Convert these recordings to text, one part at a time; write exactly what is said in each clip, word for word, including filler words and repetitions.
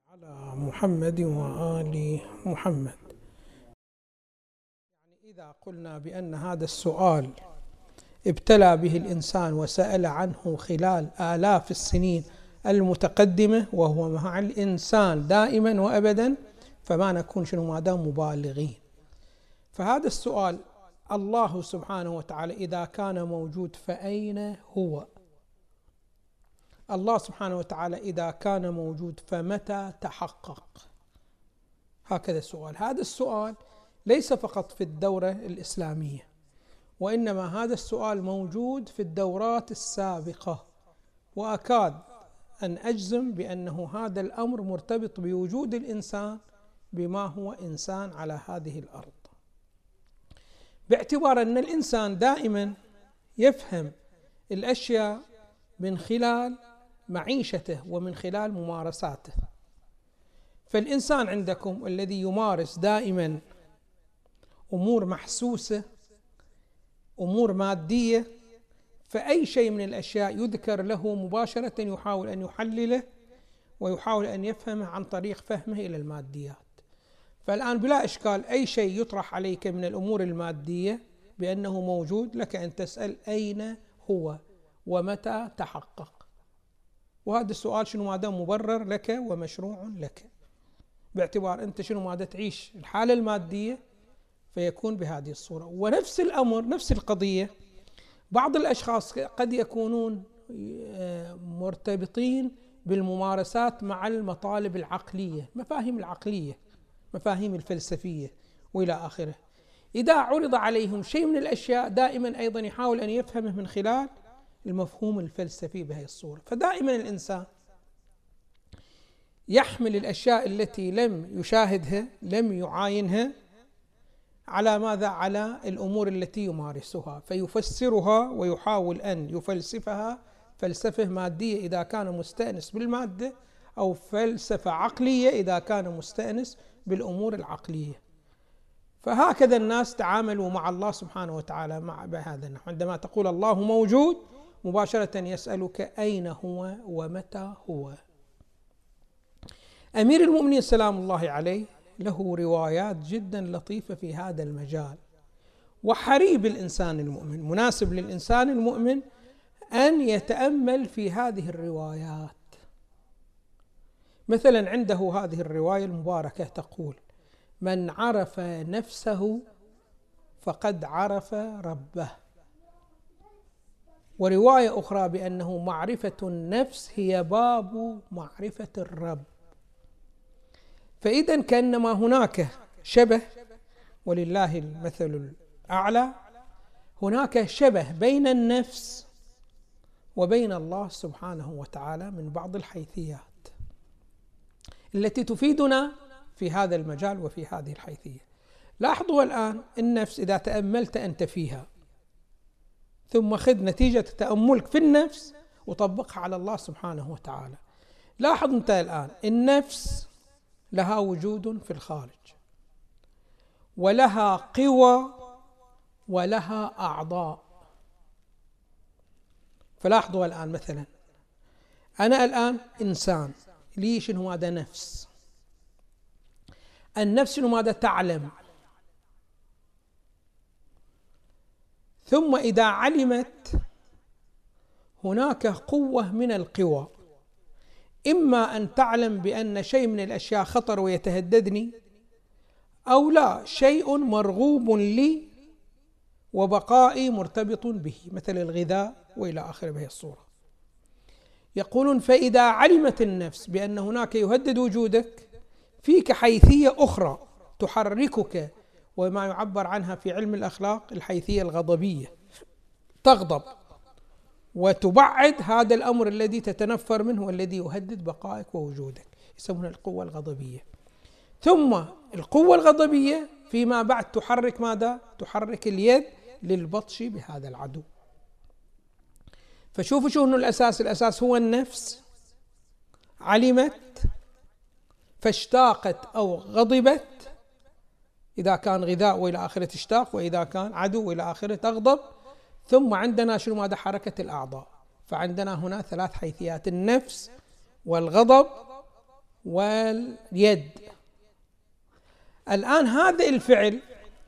على محمد وآل محمد. يعني إذا قلنا بأن هذا السؤال ابتلى به الإنسان وسأل عنه خلال آلاف السنين المتقدمة وهو مع الإنسان دائما وأبدا، فما نكون شنو ما دام مبالغين. فهذا السؤال الله سبحانه وتعالى إذا كان موجود فأين هو؟ الله سبحانه وتعالى إذا كان موجود فمتى تحقق؟ هكذا السؤال. هذا السؤال ليس فقط في الدورة الإسلامية، وإنما هذا السؤال موجود في الدورات السابقة، وأكاد أن أجزم بأنه هذا الأمر مرتبط بوجود الإنسان بما هو إنسان على هذه الأرض، باعتبار أن الإنسان دائما يفهم الأشياء من خلال معيشته ومن خلال ممارساته. فالإنسان عندكم الذي يمارس دائما أمور محسوسة، أمور مادية، فأي شيء من الأشياء يذكر له مباشرة يحاول أن يحلله ويحاول أن يفهمه عن طريق فهمه إلى الماديات. فالآن بلا إشكال أي شيء يطرح عليك من الأمور المادية بأنه موجود، لك أن تسأل أين هو ومتى تحقق. وهذا السؤال شنو ما دام مبرر لك ومشروع لك، باعتبار أنت شنو ما تعيش الحالة المادية فيكون بهذه الصورة. ونفس الأمر نفس القضية، بعض الأشخاص قد يكونون مرتبطين بالممارسات مع المطالب العقلية، مفاهيم العقلية، مفاهيم الفلسفية وإلى آخره. إذا عرض عليهم شيء من الأشياء دائما أيضا يحاول أن يفهمه من خلال المفهوم الفلسفي بهذه الصورة. فدائما الإنسان يحمل الأشياء التي لم يشاهدها لم يعاينها على ماذا؟ على الأمور التي يمارسها، فيفسرها ويحاول أن يفلسفها فلسفة مادية إذا كان مستأنس بالمادة، أو فلسفة عقلية إذا كان مستأنس بالأمور العقلية. فهكذا الناس تعاملوا مع الله سبحانه وتعالى مع بهذا النحو. عندما تقول الله موجود مباشرة يسألك أين هو ومتى هو. أمير المؤمنين سلام الله عليه له روايات جدا لطيفة في هذا المجال، وحري بالإنسان المؤمن، مناسب للإنسان المؤمن أن يتأمل في هذه الروايات. مثلا عنده هذه الرواية المباركة تقول: من عرف نفسه فقد عرف ربه. ورواية أخرى بأنه معرفة النفس هي باب معرفة الرب. فإذا كأنما هناك شبه، ولله المثل الأعلى، هناك شبه بين النفس وبين الله سبحانه وتعالى من بعض الحيثيات التي تفيدنا في هذا المجال وفي هذه الحيثية. لاحظوا الآن النفس إذا تأملت أنت فيها ثم خذ نتيجة تأملك في النفس وطبقها على الله سبحانه وتعالى. لاحظ أنت الآن النفس لها وجود في الخارج، ولها قوى ولها أعضاء. فلاحظوا الآن مثلا أنا الآن إنسان لي شنو هذا نفس، النفس شنو ماذا تعلم، ثم إذا علمت هناك قوة من القوى، إما أن تعلم بأن شيء من الأشياء خطر ويتهددني، أو لا، شيء مرغوب لي وبقائي مرتبط به، مثل الغذاء وإلى آخره بهذه الصورة. يقولون فإذا علمت النفس بأن هناك يهدد وجودك، فيك حيثية أخرى تحركك، وما يعبر عنها في علم الأخلاق الحيثية الغضبية، تغضب وتبعد هذا الأمر الذي تتنفر منه والذي يهدد بقائك ووجودك، يسمونها القوة الغضبية. ثم القوة الغضبية فيما بعد تحرك ماذا؟ تحرك اليد للبطش بهذا العدو. فشوفوا شو انه الأساس، الأساس هو النفس علمت فاشتاقت أو غضبت، إذا كان غذاء وإلى آخره تشتاق، وإذا كان عدو وإلى آخره تغضب. ثم عندنا شنو ماذا؟ حركة الأعضاء. فعندنا هنا ثلاث حيثيات: النفس والغضب واليد. الآن هذا الفعل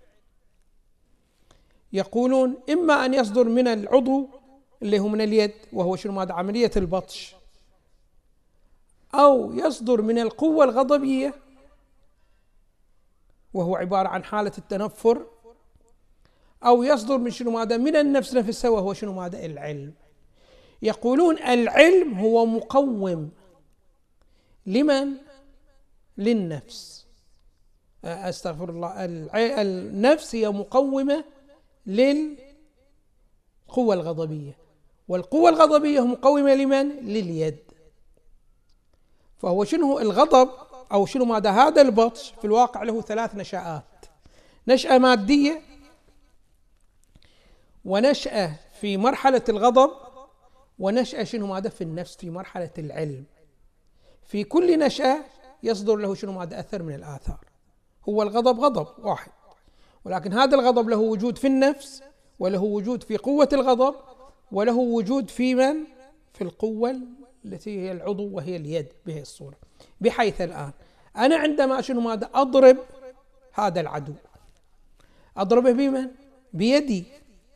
يقولون إما أن يصدر من العضو اللي هو من اليد وهو شنو ماذا عملية البطش، أو يصدر من القوة الغضبية وهو عبارة عن حالة التنفر، أو يصدر من شنو ماذا من النفس نفسها وهو شنو ماذا العلم. يقولون العلم هو مقوم لمن؟ للنفس. أستغفر الله، النفس هي مقومة للقوة الغضبية، والقوة الغضبية مقومة لمن؟ لليد. فهو شنو الغضب أو شنو ماذا هذا البطش في الواقع له ثلاث نشآت: نشأة مادية، ونشأة في مرحلة الغضب، ونشأة شنو ماذا في النفس في مرحلة العلم. في كل نشأة يصدر له شنو ماذا أثر من الآثار. هو الغضب غضب واحد، ولكن هذا الغضب له وجود في النفس، وله وجود في قوة الغضب، وله وجود في من؟ في القوة التي هي العضو وهي اليد بهذه الصورة. بحيث الآن أنا عندما شنو ماذا أضرب هذا العدو، أضربه بمن؟ بيدي،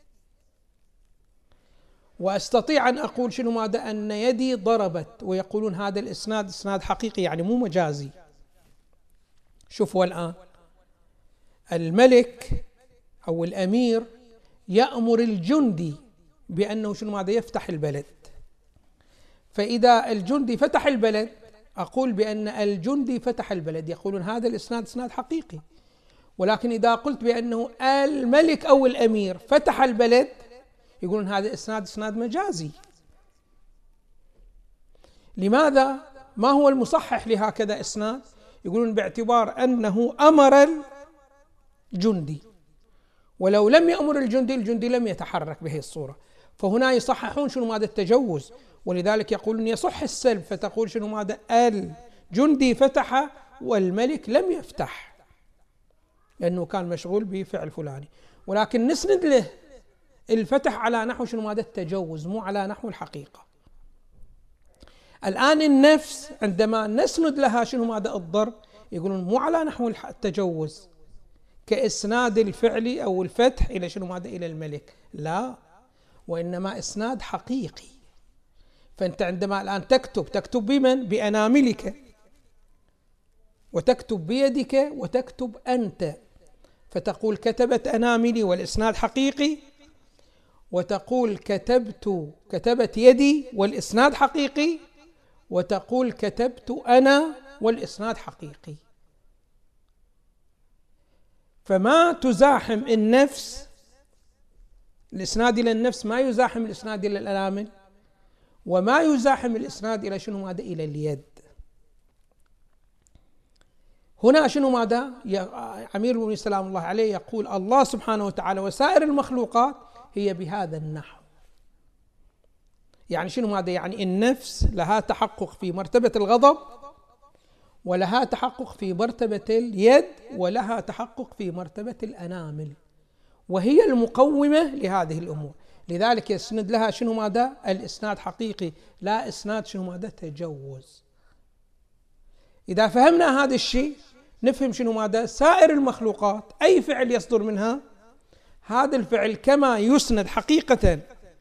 وأستطيع أن أقول شنو ماذا أن يدي ضربت، ويقولون هذا الإسناد إسناد حقيقي يعني مو مجازي. شوفوا الآن الملك أو الأمير يأمر الجندي بأنه شنو ماذا يفتح البلد، فإذا الجندي فتح البلد أقول بأن الجندي فتح البلد، يقولون هذا الإسناد إسناد حقيقي. ولكن إذا قلت بأنه الملك أو الأمير فتح البلد يقولون هذا إسناد إسناد مجازي. لماذا؟ ما هو المصحح لهكذا إسناد؟ يقولون باعتبار أنه أمر الجندي، ولو لم يأمر الجندي الجندي لم يتحرك بهذه الصورة، فهنا يصححون شنو ماذا التجوز. ولذلك يقولون يصح السلب، فتقول شنو ماذا الجندي فتح والملك لم يفتح لأنه كان مشغول بفعل فلاني، ولكن نسند له الفتح على نحو شنو ماذا التجوز، مو على نحو الحقيقة. الآن النفس عندما نسند لها شنو ماذا الضرب يقولون مو على نحو التجوز كإسناد الفعل أو الفتح إلى شنو ماذا إلى الملك، لا، وإنما إسناد حقيقي. فأنت عندما الآن تكتب تكتب بمن؟ بأناملك، وتكتب بيدك، وتكتب أنت، فتقول كتبت أناملي والإسناد حقيقي، وتقول كتبت كتبت يدي والإسناد حقيقي، وتقول كتبت أنا والإسناد حقيقي. فما تزاحم النفس، الإسناد إلى النفس ما يزاحم الإسناد إلى الأنامل، وما يزاحم الإسناد إلى شنو ماذا إلى اليد. هنا شنو ماذا أمير المؤمنين سلام الله عليه يقول الله سبحانه وتعالى وسائر المخلوقات هي بهذا النحو. يعني شنو ماذا؟ يعني النفس لها تحقق في مرتبة الغضب، ولها تحقق في مرتبة اليد، ولها تحقق في مرتبة الأنامل، وهي المقومة لهذه الأمور. لذلك يسند لها شنو ماذا؟ الإسناد حقيقي، لا إسناد شنو ماذا؟ تجوز. إذا فهمنا هذا الشيء نفهم شنو ماذا؟ سائر المخلوقات أي فعل يصدر منها هذا الفعل كما يسند حقيقة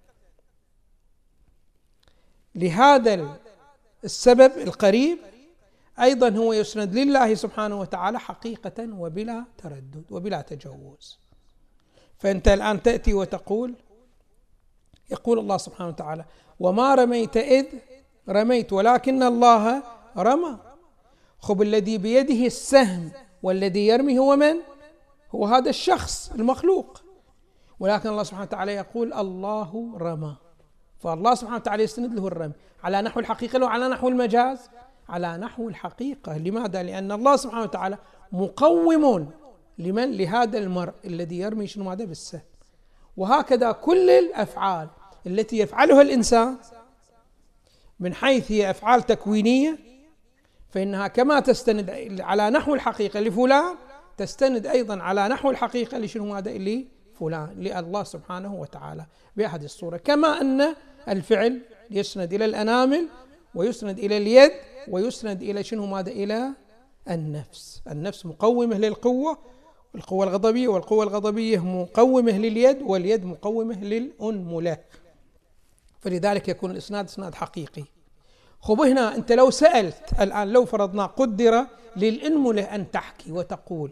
لهذا السبب القريب، أيضا هو يسند لله سبحانه وتعالى حقيقة وبلا تردد وبلا تجوز. فأنت الآن تأتي وتقول، يقول الله سبحانه وتعالى وما رميت إذ رميت ولكن الله رمى. خب الذي بيده السهم والذي يرمي هو من؟ هو هذا الشخص المخلوق، ولكن الله سبحانه وتعالى يقول الله رمى. فالله سبحانه وتعالى يستند له الرمي على نحو الحقيقة لو على نحو المجاز؟ على نحو الحقيقة. لماذا؟ لأن الله سبحانه وتعالى مقوم لمن؟ لهذا المرء الذي يرمي شنو ماذا بالسهم. وهكذا كل الأفعال التي يفعلها الإنسان من حيث هي أفعال تكوينية فإنها كما تستند على نحو الحقيقة لفلان تستند أيضا على نحو الحقيقة لشنو ماذا؟ لفلان، لله سبحانه وتعالى بهذه الصورة. كما أن الفعل يسند إلى الأنامل ويسند إلى اليد ويسند إلى شنو ماذا؟ إلى النفس. النفس مقومة للقوة، القوة الغضبية، والقوة الغضبية مقومة لليد، واليد مقومة للأنملة. فلذلك يكون الإسناد إسناد حقيقي. خب هنا أنت لو سألت الآن، لو فرضنا قدر للأنملة أن تحكي وتقول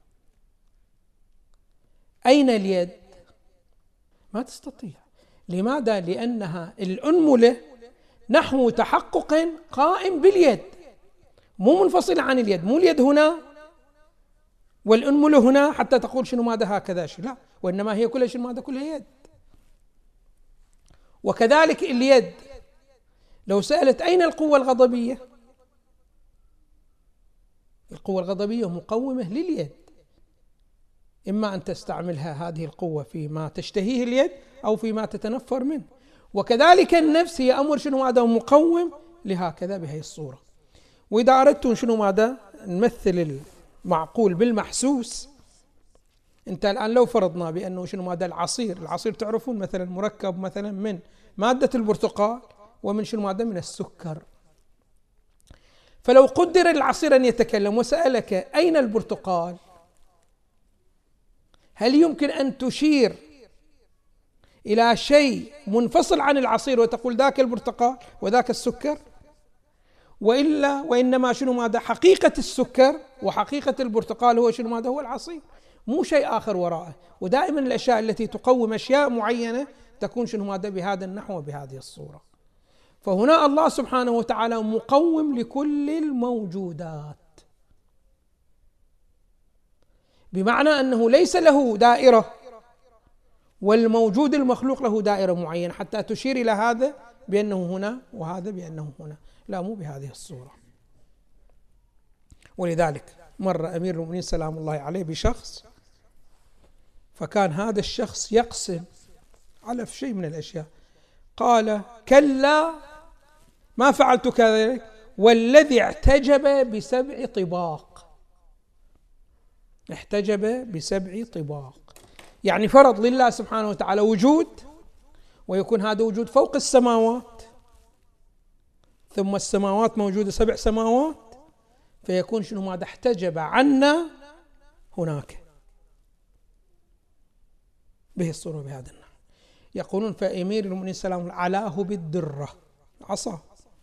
أين اليد؟ ما تستطيع. لماذا؟ لأنها الأنملة نحو تحقق قائم باليد، مو منفصل عن اليد، مو اليد هنا والأنملة هنا حتى تقول شنو ماذا هكذا شيء، لا، وإنما هي كلها شنو ماذا؟ كلها يد. وكذلك اليد لو سألت أين القوة الغضبية؟ القوة الغضبية مقومة لليد، إما أن تستعملها هذه القوة فيما تشتهيه اليد أو فيما تتنفر منه. وكذلك النفس هي أمر شنو ماذا؟ مقوم لهكذا بهذه الصورة. وإذا أردتم شنو ماذا؟ نمثل المعقول بالمحسوس. أنت الآن لو فرضنا بأنه شنو ماذا؟ العصير، العصير تعرفون مثلا مركب مثلا من مادة البرتقال ومن شنو ماذا؟ من السكر. فلو قدر العصير أن يتكلم وسألك أين البرتقال، هل يمكن أن تشير إلى شيء منفصل عن العصير وتقول ذاك البرتقال وذاك السكر؟ وإلا وإنما شنو ماذا؟ حقيقة السكر وحقيقة البرتقال هو شنو ماذا؟ هو العصير، مو شيء آخر وراءه. ودائما الأشياء التي تقوم أشياء معينة تكون شنو ماذا؟ بهذا النحو وبهذه الصورة. فهنا الله سبحانه وتعالى مقوم لكل الموجودات، بمعنى أنه ليس له دائرة والموجود المخلوق له دائرة معينة حتى تشير إلى هذا بأنه هنا وهذا بأنه هنا، لا، مو بهذه الصورة. ولذلك مر أمير المؤمنين سلام الله عليه بشخص، فكان هذا الشخص يقسم على شيء من الأشياء، قال كلا ما فعلت كذلك والذي اعتجب بسبع طباق. احتجب بسبع طباق، يعني فرض لله سبحانه وتعالى وجود، ويكون هذا وجود فوق السماوات، ثم السماوات موجودة سبع سماوات، فيكون شنو ماذا؟ احتجب عنا هناك به الصورة بهذا النحو. يقولون فأمير المؤمنين سلام علاه بالدرة، عصا،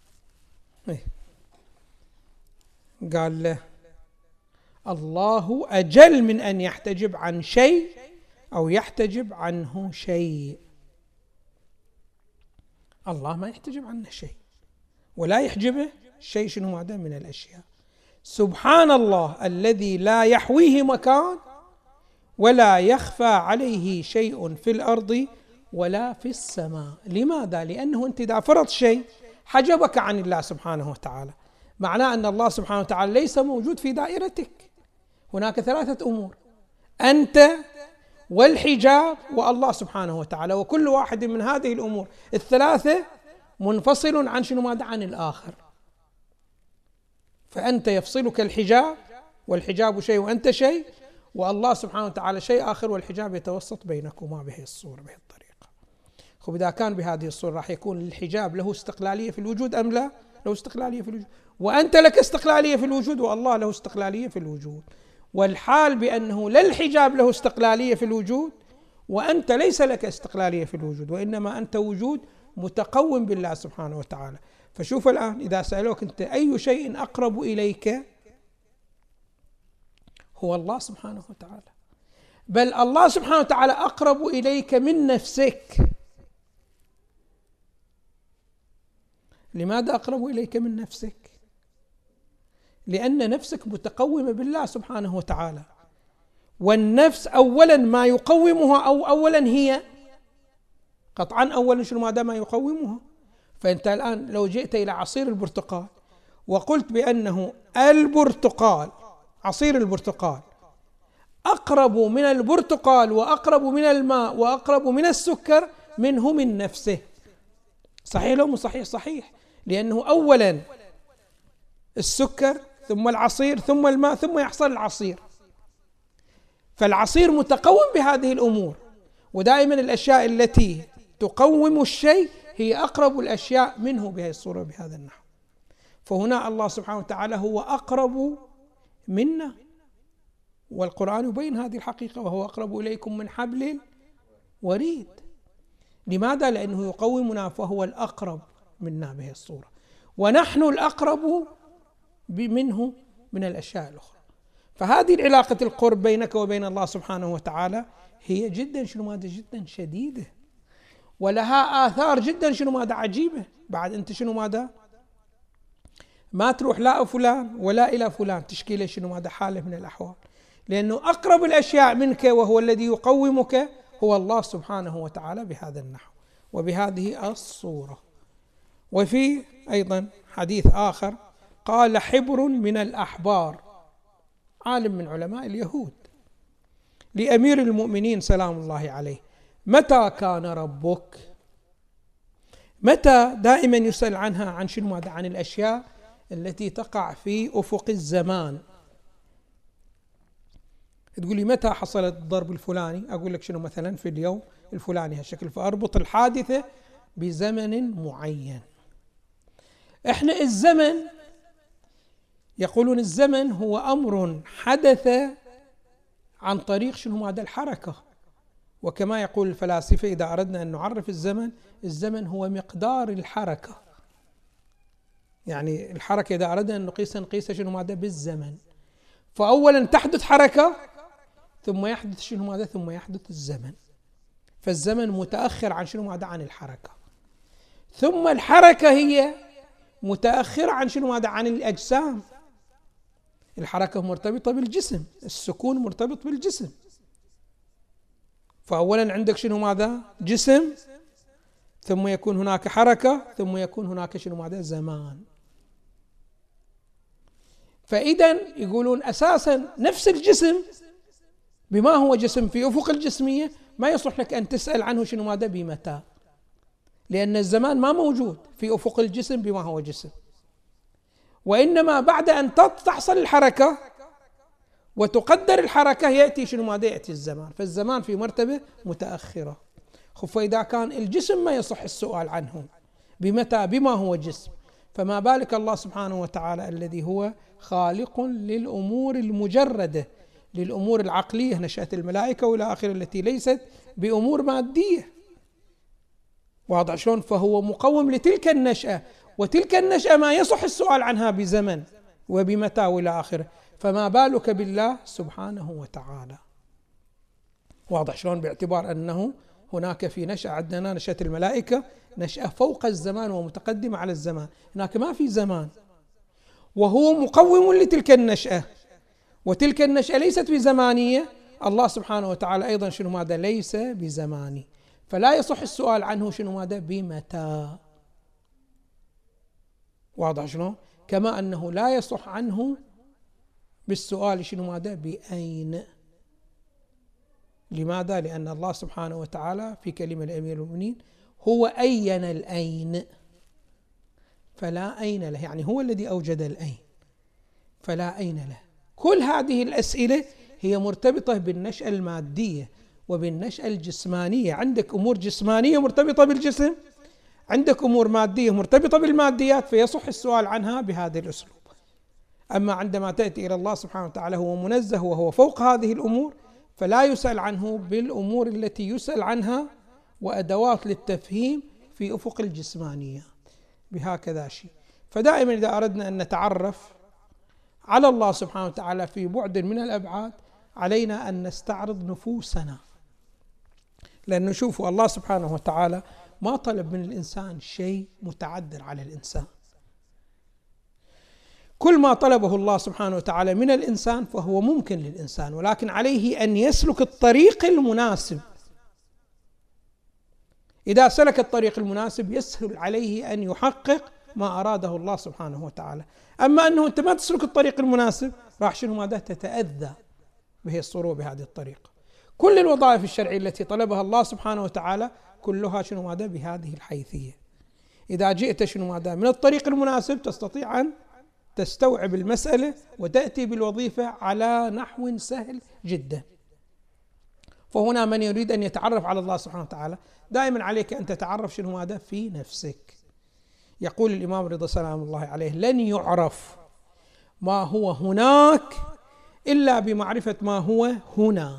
قال له الله أجل من أن يحتجب عن شيء أو يحتجب عنه شيء. الله ما يحتجب عنه شيء ولا يحجبه شيء شنو ماذا؟ من الأشياء. سبحان الله الذي لا يحويه مكان ولا يخفى عليه شيء في الأرض ولا في السماء. لماذا؟ لأنه أنت إذا فرض شيء حجبك عن الله سبحانه وتعالى، معناه أن الله سبحانه وتعالى ليس موجود في دائرتك. هناك ثلاثة أمور: أنت والحجاب والله سبحانه وتعالى، وكل واحد من هذه الأمور الثلاثة منفصل عن شنو ماذا؟ عن الآخر. فأنت يفصلك الحجاب، والحجاب شيء وأنت شيء، والله سبحانه وتعالى شيء آخر، والحجاب يتوسط بينكما بهذه الصورة بهذه الطريقة. خب إذا كان بهذه الصورة راح يكون الحجاب له استقلالية في الوجود أم لا؟ له استقلالية في الوجود، وأنت لك استقلالية في الوجود، والله له استقلالية في الوجود. والحال بأنه لا الحجاب له استقلالية في الوجود وأنت ليس لك استقلالية في الوجود، وإنما أنت وجود متقوم بالله سبحانه وتعالى. فشوف الآن إذا سألوك أنت أي شيء أقرب إليك، هو الله سبحانه وتعالى، بل الله سبحانه وتعالى أقرب إليك من نفسك. لماذا أقرب إليك من نفسك؟ لأن نفسك متقومة بالله سبحانه وتعالى، والنفس أولا ما يقومها أو أولا هي قطعا أولا شنو ماذا؟ ما يقومها. فأنت الآن لو جئت إلى عصير البرتقال وقلت بأنه البرتقال، عصير البرتقال أقرب من البرتقال وأقرب من الماء وأقرب من السكر منه من نفسه، صحيح لو مو صحيح؟ صحيح، لأنه أولا السكر ثم العصير ثم الماء ثم يحصل العصير. فالعصير متقوم بهذه الأمور، ودائما الأشياء التي تقوم الشيء هي أقرب الأشياء منه بهذه الصورة بهذا النحو. فهنا الله سبحانه وتعالى هو أقرب منا، والقرآن يبين هذه الحقيقة، وهو أقرب إليكم من حبل الوريد. لماذا؟ لأنه يقومنا، فهو الأقرب منا بهذه الصورة، ونحن الأقرب منه من الأشياء الأخرى. فهذه العلاقة القرب بينك وبين الله سبحانه وتعالى هي جدا شنو ماذا جدا شديدة، ولها آثار جدا شنو ماذا عجيبة. بعد أنت شنو ماذا ما تروح لا فلان ولا إلى فلان تشكي له شنو ماذا حالة من الأحوال، لأنه أقرب الأشياء منك وهو الذي يقومك هو الله سبحانه وتعالى بهذا النحو وبهذه الصورة. وفي أيضا حديث آخر قال حبر من الأحبار، عالم من علماء اليهود، لأمير المؤمنين سلام الله عليه: متى كان ربك؟ متى دائما يسأل عنها، عن شنو ماذا؟ عن الأشياء التي تقع في أفق الزمان. تقول لي متى حصل الضرب الفلاني؟ أقول لك شنو مثلا في اليوم الفلاني هالشكل، فأربط الحادثة بزمن معين. احنا الزمن يقولون الزمن هو أمر حدث عن طريق شنو ماذا؟ الحركة. وكما يقول الفلاسفة إذا أردنا أن نعرف الزمن، الزمن هو مقدار الحركة. يعني الحركة إذا أردنا أن نقيسها نقيسها شنو ماذا؟ بالزمن. فأولا تحدث حركة ثم يحدث شنو ماذا؟ ثم يحدث الزمن. فالزمن متأخر عن شنو ماذا؟ عن الحركة. ثم الحركة هي متأخرة عن شنو ماذا؟ عن الأجسام. الحركة مرتبطة بالجسم، السكون مرتبط بالجسم. فأولا عندك شنو ماذا؟ جسم، ثم يكون هناك حركة، ثم يكون هناك شنو ماذا؟ زمان. فإذا يقولون أساسا نفس الجسم بما هو جسم في أفق الجسمية ما يصلح لك أن تسأل عنه شنو ماذا؟ بمتى، لأن الزمان ما موجود في أفق الجسم بما هو جسم، وإنما بعد أن تحصل الحركة وتقدر الحركة يأتي شنو ماذا؟ يأتي الزمان. فالزمان في مرتبة متأخرة. فإذا كان الجسم ما يصح السؤال عنه بمتى بما هو جسم، فما بالك الله سبحانه وتعالى الذي هو خالق للأمور المجردة، للأمور العقلية، نشأة الملائكة وإلى آخره، التي ليست بأمور مادية. واضح شلون؟ فهو مقوم لتلك النشأة، وتلك النشأة ما يصح السؤال عنها بزمن وبمتى وإلى آخره، فما بالك بالله سبحانه وتعالى. واضح شلون؟ باعتبار أنه هناك في نشأة عندنا نشأة الملائكة نشأة فوق الزمان ومتقدمة على الزمان، هناك ما في زمان، وهو مقوم لتلك النشأة، وتلك النشأة ليست بزمانية. الله سبحانه وتعالى أيضا شنو ماذا؟ ليس بزماني، فلا يصح السؤال عنه شنو ماذا؟ بمتى. واضح شلون؟ كما أنه لا يصح عنه بالسؤال شنو ماذا؟ بأين. لماذا؟ لأن الله سبحانه وتعالى في كلمة الأمير المؤمنين هو أين الأين، فلا أين له، يعني هو الذي أوجد الأين فلا أين له. كل هذه الأسئلة هي مرتبطة بالنشأة المادية وبالنشأة الجسمانية. عندك أمور جسمانية مرتبطة بالجسم، عندك أمور مادية مرتبطة بالماديات، فيصح السؤال عنها بهذا الأسلوب. أما عندما تأتي إلى الله سبحانه وتعالى هو منزه وهو فوق هذه الأمور، فلا يسأل عنه بالأمور التي يسأل عنها وأدوات للتفهيم في أفق الجسمانية بهكذا شيء. فدائما إذا أردنا أن نتعرف على الله سبحانه وتعالى في بعد من الأبعاد علينا أن نستعرض نفوسنا، لأن شوفوا الله سبحانه وتعالى ما طلب من الإنسان شيء متعذر على الإنسان. كل ما طلبه الله سبحانه وتعالى من الإنسان فهو ممكن للإنسان، ولكن عليه أن يسلك الطريق المناسب. إذا سلك الطريق المناسب يسهل عليه أن يحقق ما أراده الله سبحانه وتعالى. أما أنه أنت ما تسلك الطريق المناسب راح شنو ماذا؟ تتأذى به الصورة بهذه الطريقة. كل الوظائف الشرعية التي طلبها الله سبحانه وتعالى كلها شنو ماذا؟ بهذه الحيثية. إذا جئت شنو ماذا؟ من الطريق المناسب تستطيع أن تستوعب المسألة وتأتي بالوظيفة على نحو سهل جدا. فهنا من يريد أن يتعرف على الله سبحانه وتعالى دائما عليك أن تتعرف شنو ماذا؟ في نفسك. يقول الإمام رضا سلام الله عليه: لن يعرف ما هو هناك إلا بمعرفة ما هو هنا.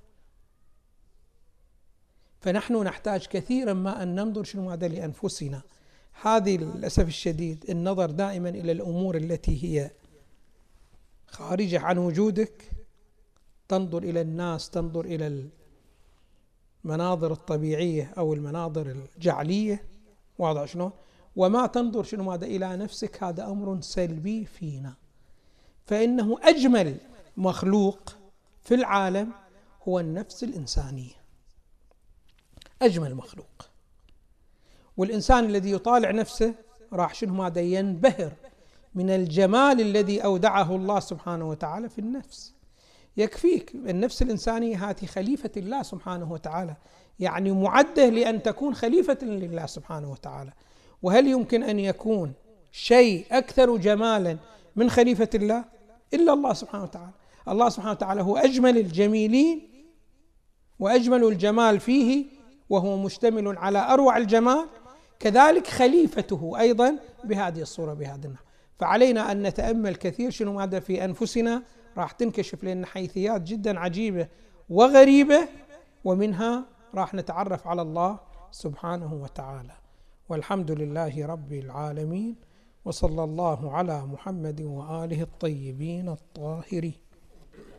فنحن نحتاج كثيرا ما أن ننظر شنو هذا لأنفسنا. هذه للأسف الشديد النظر دائما إلى الأمور التي هي خارجة عن وجودك، تنظر إلى الناس، تنظر إلى المناظر الطبيعية أو المناظر الجعلية، واضح شنو؟ وما تنظر شنو هذا إلى نفسك. هذا أمر سلبي فينا، فإنه أجمل مخلوق في العالم هو النفس الإنسانية، أجمل مخلوق. والإنسان الذي يطالع نفسه راح شنو هذا ينبهر من الجمال الذي أودعه الله سبحانه وتعالى في النفس. يكفيك النفس الإنسانية هذه خليفة الله سبحانه وتعالى، يعني معدة لأن تكون خليفة لله سبحانه وتعالى. وهل يمكن أن يكون شيء أكثر جمالا من خليفة الله؟ إلا الله سبحانه وتعالى. الله سبحانه وتعالى هو أجمل الجميلين وأجمل الجمال فيه، وهو مشتمل على أروع الجمال، كذلك خليفته أيضا بهذه الصورة بهذا النحو. فعلينا أن نتأمل كثير شنو ماذا في أنفسنا، راح تنكشف لنا حيثيات جدا عجيبة وغريبة، ومنها راح نتعرف على الله سبحانه وتعالى. والحمد لله رب العالمين، وصلى الله على محمد وآله الطيبين الطاهرين.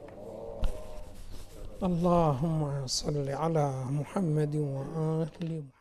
اللهم صل على محمد وآل محمد.